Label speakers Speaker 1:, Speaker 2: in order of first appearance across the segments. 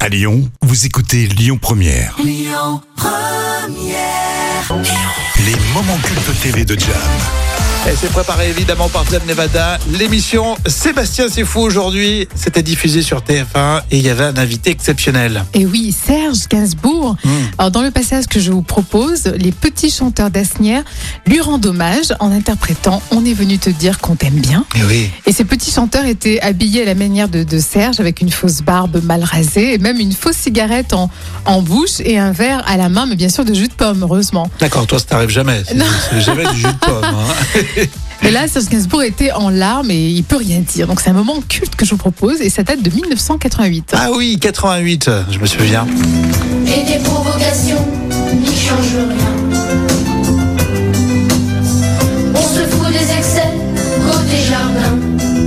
Speaker 1: À Lyon, vous écoutez Lyon Première.
Speaker 2: Lyon Première.
Speaker 1: Les moments cultes TV de Jam.
Speaker 3: Et c'est préparé évidemment par Jam Nevada. L'émission Sébastien c'est fou aujourd'hui, c'était diffusé sur TF1 et il y avait un invité exceptionnel.
Speaker 4: Et oui, Serge Gainsbourg. Alors dans le passage que je vous propose, les petits chanteurs d'Asnières lui rendent hommage en interprétant « On est venu te dire qu'on t'aime bien ».
Speaker 3: Et oui.
Speaker 4: Et ces petits chanteurs étaient habillés à la manière de Serge, avec une fausse barbe mal rasée et même une fausse cigarette en bouche et un verre à la main, mais bien sûr de jus de pomme, heureusement.
Speaker 3: D'accord, toi ça t'arrive jamais. C'est jamais du jus de pomme. Hein.
Speaker 4: Et là, Serge Gainsbourg était en larmes et il peut rien dire. Donc c'est un moment culte que je vous propose et ça date de 1988.
Speaker 3: Ah oui, 88, je me souviens.
Speaker 5: Et des provocations n'y changent rien. On se fout des excès côté jardin.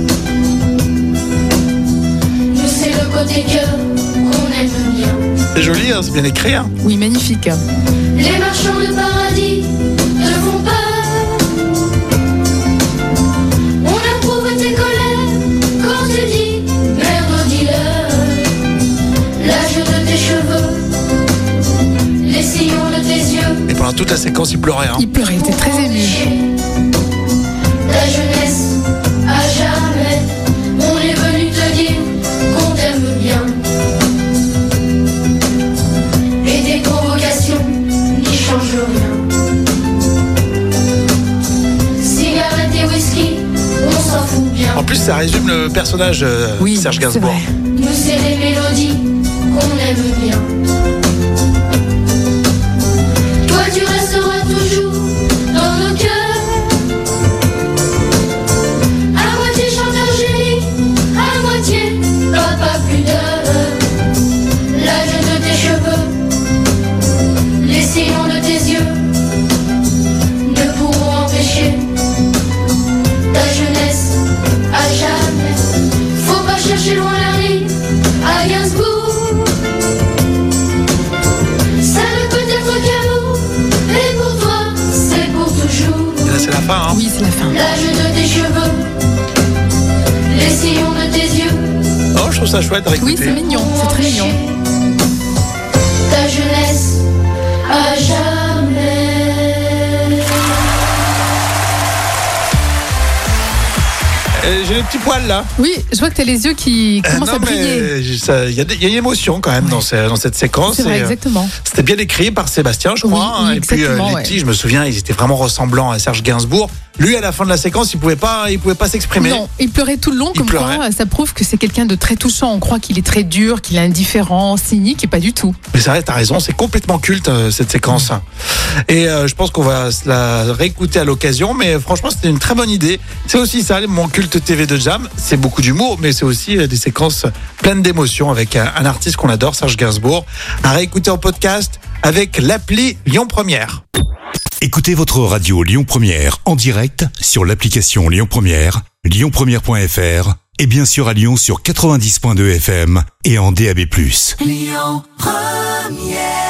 Speaker 5: Nous c'est le côté cœur qu'on aime bien.
Speaker 3: C'est joli, hein, c'est bien écrit. Hein.
Speaker 4: Oui, magnifique.
Speaker 5: Les marchands de paradis te font peur. On approuve tes colères quand tu dis merde au dealer. L'âge de tes cheveux, les sillons de tes yeux.
Speaker 3: Et pendant toute la séquence, il pleurait. Hein.
Speaker 4: Il pleurait, il était très ému.
Speaker 5: Ta jeunesse, à jamais, on est venu te dire qu'on t'aime bien. Et des provocations n'y changent rien. Cigarette et whisky, on s'en fout bien.
Speaker 3: En plus, ça résume le personnage
Speaker 4: Oui,
Speaker 3: Serge
Speaker 4: c'est
Speaker 3: Gainsbourg.
Speaker 4: vrai.
Speaker 5: Nous c'est les mélodies qu'on aime bien. Toi tu resteras toujours dans nos cœurs. À moitié chanteur génie, à moitié papa pudeur. L'âge de tes cheveux, les sillons de tes yeux ne pourront empêcher ta jeunesse à jamais. Faut pas chercher loin la rime à Gainsbourg. Ça ne peut être qu'un mot, et pour toi, c'est pour toujours.
Speaker 3: Et là, c'est la fin. Hein.
Speaker 4: Oui, c'est la fin.
Speaker 5: L'âge de tes cheveux, les sillons de tes yeux.
Speaker 3: Oh, je trouve ça chouette à
Speaker 4: Oui,
Speaker 3: écouter.
Speaker 4: c'est mignon, c'est très mignon.
Speaker 5: Ta jeunesse à jamais.
Speaker 3: J'ai le petit poil là.
Speaker 4: Oui, je vois que tu as les yeux qui commencent
Speaker 3: Non,
Speaker 4: à briller.
Speaker 3: mais il y a une émotion quand même dans cette séquence.
Speaker 4: C'est vrai,
Speaker 3: Et,
Speaker 4: exactement.
Speaker 3: C'était bien écrit par Sébastien, je crois.
Speaker 4: Oui, oui,
Speaker 3: et puis
Speaker 4: exactement,
Speaker 3: les
Speaker 4: ouais.
Speaker 3: petits, je me souviens, ils étaient vraiment ressemblants à Serge Gainsbourg. Lui, à la fin de la séquence, il pouvait pas s'exprimer.
Speaker 4: Non, il pleurait tout le long,
Speaker 3: Il
Speaker 4: comme
Speaker 3: pleurait.
Speaker 4: quoi ça prouve que c'est quelqu'un de très touchant. On croit qu'il est très dur, qu'il est indifférent, cynique, et pas du tout.
Speaker 3: Mais c'est vrai, t'as raison, c'est complètement culte cette séquence. Et je pense qu'on va se la réécouter à l'occasion. Mais franchement, c'était une très bonne idée. C'est aussi ça, mon culte TV de Jam. C'est beaucoup d'humour, mais c'est aussi des séquences pleines d'émotions avec un artiste qu'on adore, Serge Gainsbourg. À réécouter en podcast avec l'appli Lyon Première.
Speaker 1: Écoutez votre radio Lyon Première en direct sur l'application Lyon Première, lyonpremière.fr et bien sûr à Lyon sur 90.2 FM et en DAB+.
Speaker 2: Lyon Première.